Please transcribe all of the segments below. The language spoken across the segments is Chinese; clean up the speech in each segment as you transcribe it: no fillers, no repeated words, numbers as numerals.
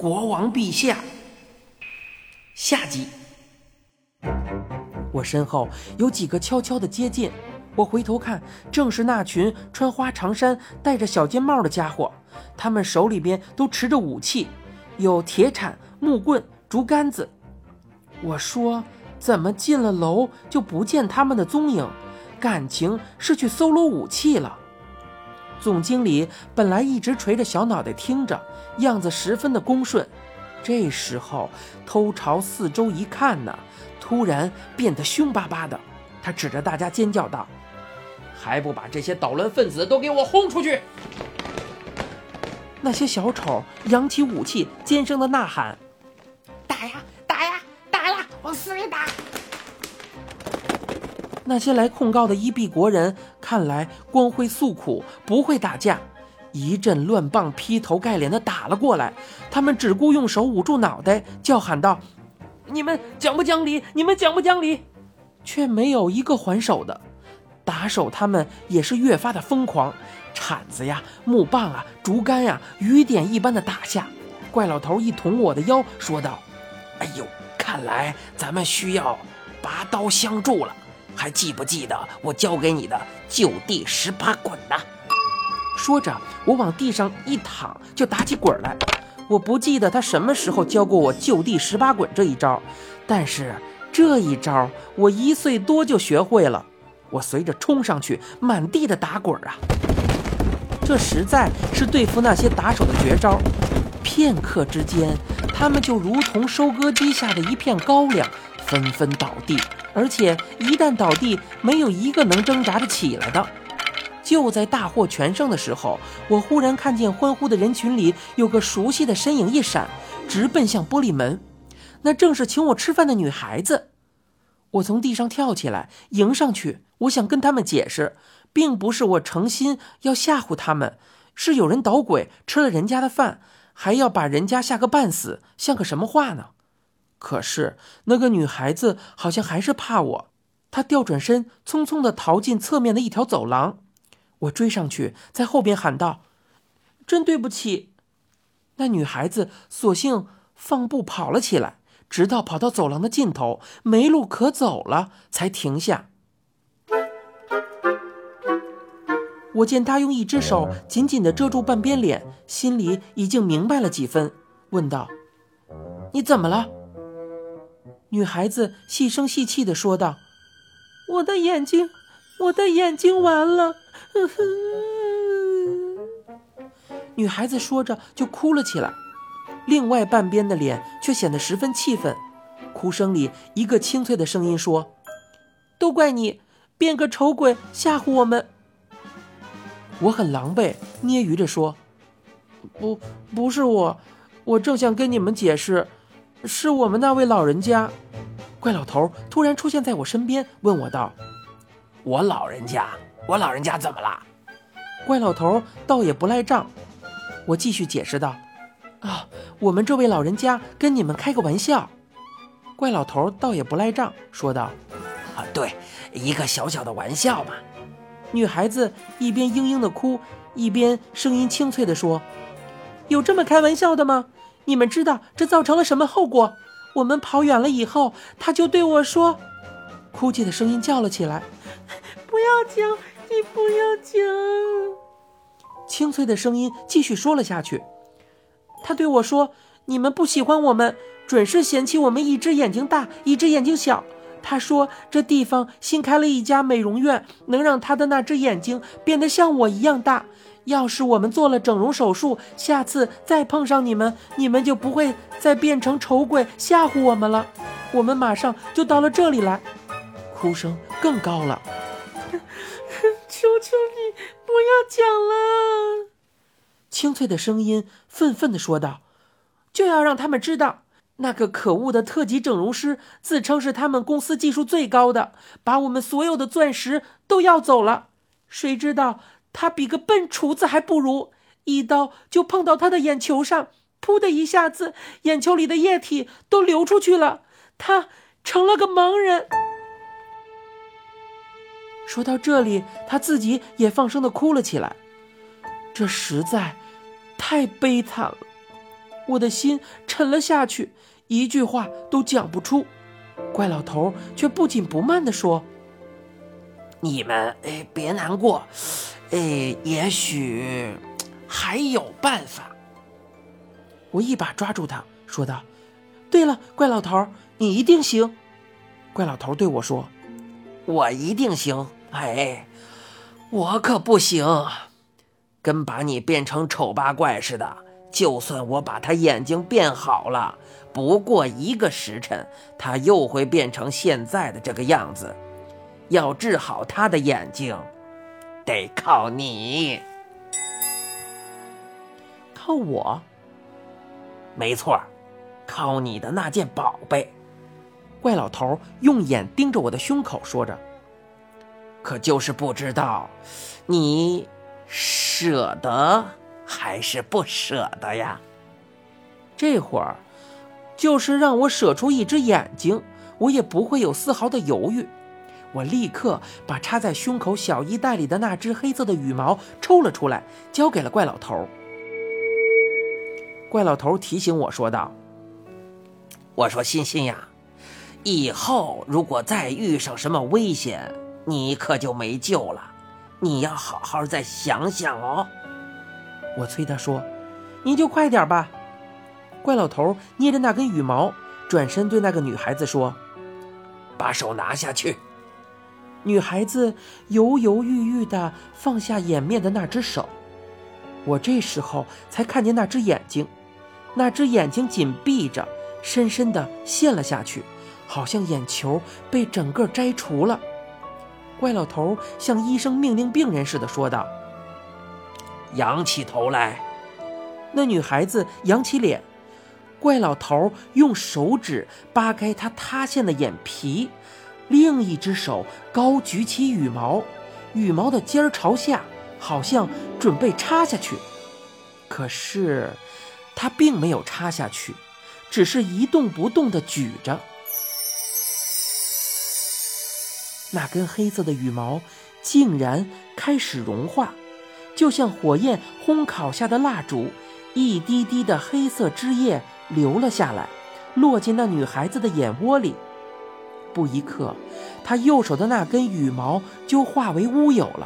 国王陛下。下集。我身后有几个悄悄地接近，我回头看，正是那群穿花长衫戴着小尖帽的家伙，他们手里边都持着武器，有铁铲、木棍、竹竿子。我说，怎么进了楼就不见他们的踪影？感情是去搜罗武器了。总经理本来一直垂着小脑袋听着，样子十分的恭顺，这时候偷朝四周一看呢，突然变得凶巴巴的，他指着大家尖叫道：还不把这些捣乱分子都给我轰出去！那些小丑扬起武器，尖声的呐喊： 打呀打呀打呀，往死里打！ 那些来控告的伊壁国人看来光辉诉苦，不会打架，一阵乱棒劈头盖脸的打了过来，他们只顾用手捂住脑袋，叫喊道：你们讲不讲理？你们讲不讲理？却没有一个还手的。打手他们也是越发的疯狂，铲子呀、木棒啊、竹竿呀，雨点一般的打下。怪老头一捅我的腰，说道：哎呦，看来咱们需要拔刀相助了，还记不记得我教给你的就地18滚呢？说着，我往地上一躺，就打起滚来。我不记得他什么时候教过我就地18滚这一招，但是这一招我1岁多就学会了。我随着冲上去，满地的打滚啊！这实在是对付那些打手的绝招。片刻之间，他们就如同收割机下的一片高粱，纷纷倒地，而且一旦倒地，没有一个能挣扎着起来的。就在大获全胜的时候，我忽然看见欢呼的人群里有个熟悉的身影一闪，直奔向玻璃门，那正是请我吃饭的女孩子。我从地上跳起来，迎上去，我想跟他们解释，并不是我诚心要吓唬他们，是有人捣鬼吃了人家的饭，还要把人家吓个半死，像个什么话呢？可是那个女孩子好像还是怕我，她调转身，匆匆地逃进侧面的一条走廊。我追上去，在后边喊道：真对不起。那女孩子索性放步跑了起来，直到跑到走廊的尽头，没路可走了，才停下。我见她用一只手紧紧地遮住半边脸，心里已经明白了几分，问道：你怎么了？女孩子细声细气地说道：我的眼睛完了。女孩子说着就哭了起来，另外半边的脸却显得十分气愤。哭声里一个清脆的声音说：都怪你，变个丑鬼吓唬我们。我很狼狈，捏鱼着说：不是我正想跟你们解释，是我们那位老人家。怪老头突然出现在我身边，问我道：我老人家怎么了？怪老头倒也不赖账。我继续解释道：我们这位老人家跟你们开个玩笑。怪老头倒也不赖账，说道：对，一个小小的玩笑嘛。女孩子一边嘤嘤的哭，一边声音清脆地说：有这么开玩笑的吗？你们知道这造成了什么后果？我们跑远了以后，他就对我说，哭泣的声音叫了起来：不要讲，你不要讲。清脆的声音继续说了下去，他对我说：你们不喜欢我们，准是嫌弃我们一只眼睛大，一只眼睛小。他说这地方新开了一家美容院，能让他的那只眼睛变得像我一样大。要是我们做了整容手术，下次再碰上你们就不会再变成丑鬼吓唬我们了。我们马上就到了这里来。哭声更高了。求求你不要讲了。清脆的声音愤愤地说道：就要让他们知道，那个可恶的特级整容师自称是他们公司技术最高的，把我们所有的钻石都要走了。谁知道他比个笨厨子还不如，一刀就碰到他的眼球上，噗的一下子，眼球里的液体都流出去了，他成了个盲人。说到这里，他自己也放声地哭了起来。这实在太悲惨了。 我的心沉了下去，一句话都讲不出。怪老头却不紧不慢地说： 你们别难过，也许还有办法。 我一把抓住他，说道：对了，怪老头，你一定行。怪老头对我说： 我一定行，我可不行，跟把你变成丑八怪似的。就算我把他眼睛变好了，不过1个时辰，他又会变成现在的这个样子。要治好他的眼睛，得靠你。 靠我？ 没错，靠你的那件宝贝。 怪老头用眼盯着我的胸口，说着： 可就是不知道，你舍得还是不舍得呀？ 这会儿就是让我舍出一只眼睛，我也不会有丝毫的犹豫。我立刻把插在胸口小衣袋里的那只黑色的羽毛抽了出来，交给了怪老头。怪老头提醒我说道： 我说欣欣呀，以后如果再遇上什么危险，你可就没救了，你要好好再想想哦。 我催他说：你就快点吧。怪老头捏着那根羽毛，转身对那个女孩子说： 把手拿下去。 女孩子犹犹豫豫地放下掩面的那只手。我这时候才看见那只眼睛，那只眼睛紧闭着，深深地陷了下去，好像眼球被整个摘除了。怪老头像医生命令病人似的说道： 仰起头来。 那女孩子扬起脸，怪老头用手指扒开她塌陷的眼皮，另一只手高举起羽毛，羽毛的尖儿朝下，好像准备插下去。可是他并没有插下去，只是一动不动地举着。那根黑色的羽毛竟然开始融化，就像火焰烘烤下的蜡烛，一滴滴的黑色汁液流了下来，落进那女孩子的眼窝里。不一刻，她右手的那根羽毛就化为乌有了。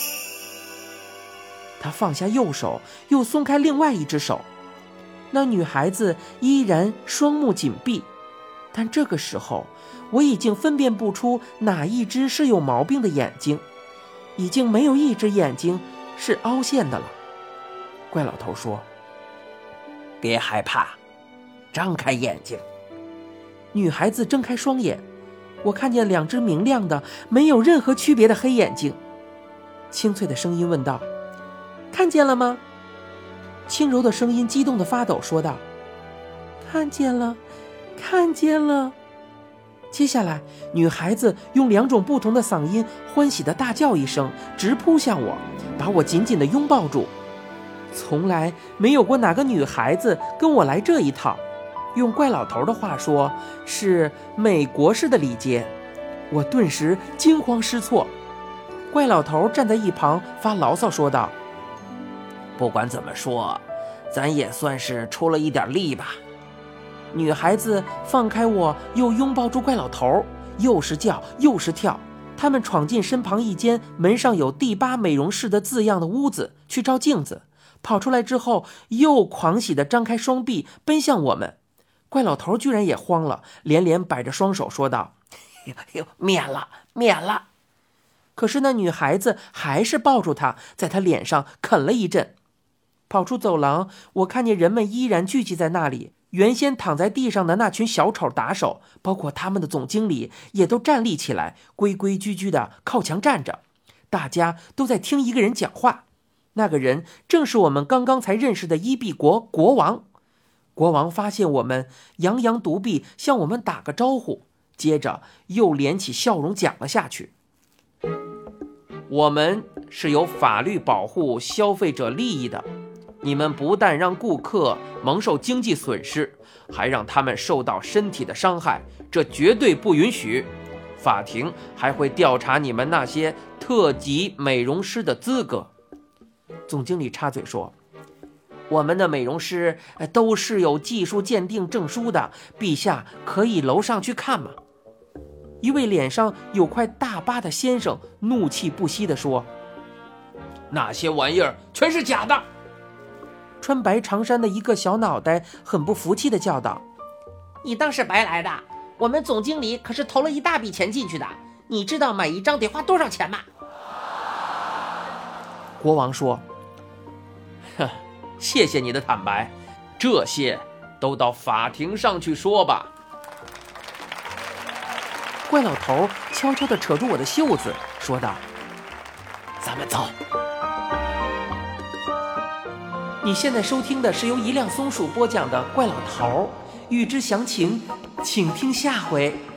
她放下右手，又松开另外一只手。那女孩子依然双目紧闭，但这个时候我已经分辨不出哪一只是有毛病的眼睛，已经没有一只眼睛是凹陷的了。怪老头说： 别害怕，张开眼睛。 女孩子睁开双眼，我看见2只明亮的没有任何区别的黑眼睛。清脆的声音问道：看见了吗？轻柔的声音激动地发抖说道：看见了，看见了。接下来女孩子用2种不同的嗓音欢喜地大叫一声，直扑向我，把我紧紧地拥抱住。从来没有过哪个女孩子跟我来这一套，用怪老头的话说，是美国式的礼节。我顿时惊慌失措。怪老头站在一旁发牢骚说道： 不管怎么说，咱也算是出了一点力吧。 女孩子放开我，又拥抱住怪老头，又是叫又是跳。他们闯进身旁一间门上有第8美容室的字样的屋子去照镜子，跑出来之后又狂喜地张开双臂奔向我们。怪老头居然也慌了，连连摆着双手说道： 免了，免了。 可是那女孩子还是抱住他，在他脸上啃了一阵。跑出走廊，我看见人们依然聚集在那里，原先躺在地上的那群小丑打手，包括他们的总经理，也都站立起来，规规矩矩地靠墙站着。大家都在听一个人讲话，那个人正是我们刚刚才认识的伊比国国王。国王发现我们，洋洋独臂向我们打个招呼，接着又敛起笑容讲了下去：我们是有法律保护消费者利益的，你们不但让顾客蒙受经济损失，还让他们受到身体的伤害，这绝对不允许。法庭还会调查你们那些特级美容师的资格。总经理插嘴说： 我们的美容师都是有技术鉴定证书的，陛下可以楼上去看嘛。”一位脸上有块大疤的先生怒气不息地说：“ 那些玩意儿全是假的。” 穿白长衫的一个小脑袋很不服气地叫道：“ 你当是白来的？我们总经理可是投了一大笔钱进去的，你知道买一张得花多少钱吗？” 国王说：“ 谢谢你的坦白，这些都到法庭上去说吧。” 怪老头悄悄地扯住我的袖子，说道：“ 咱们走。” 你现在收听的是由一辆松鼠播讲的《怪老头》，欲知详情，请听下回。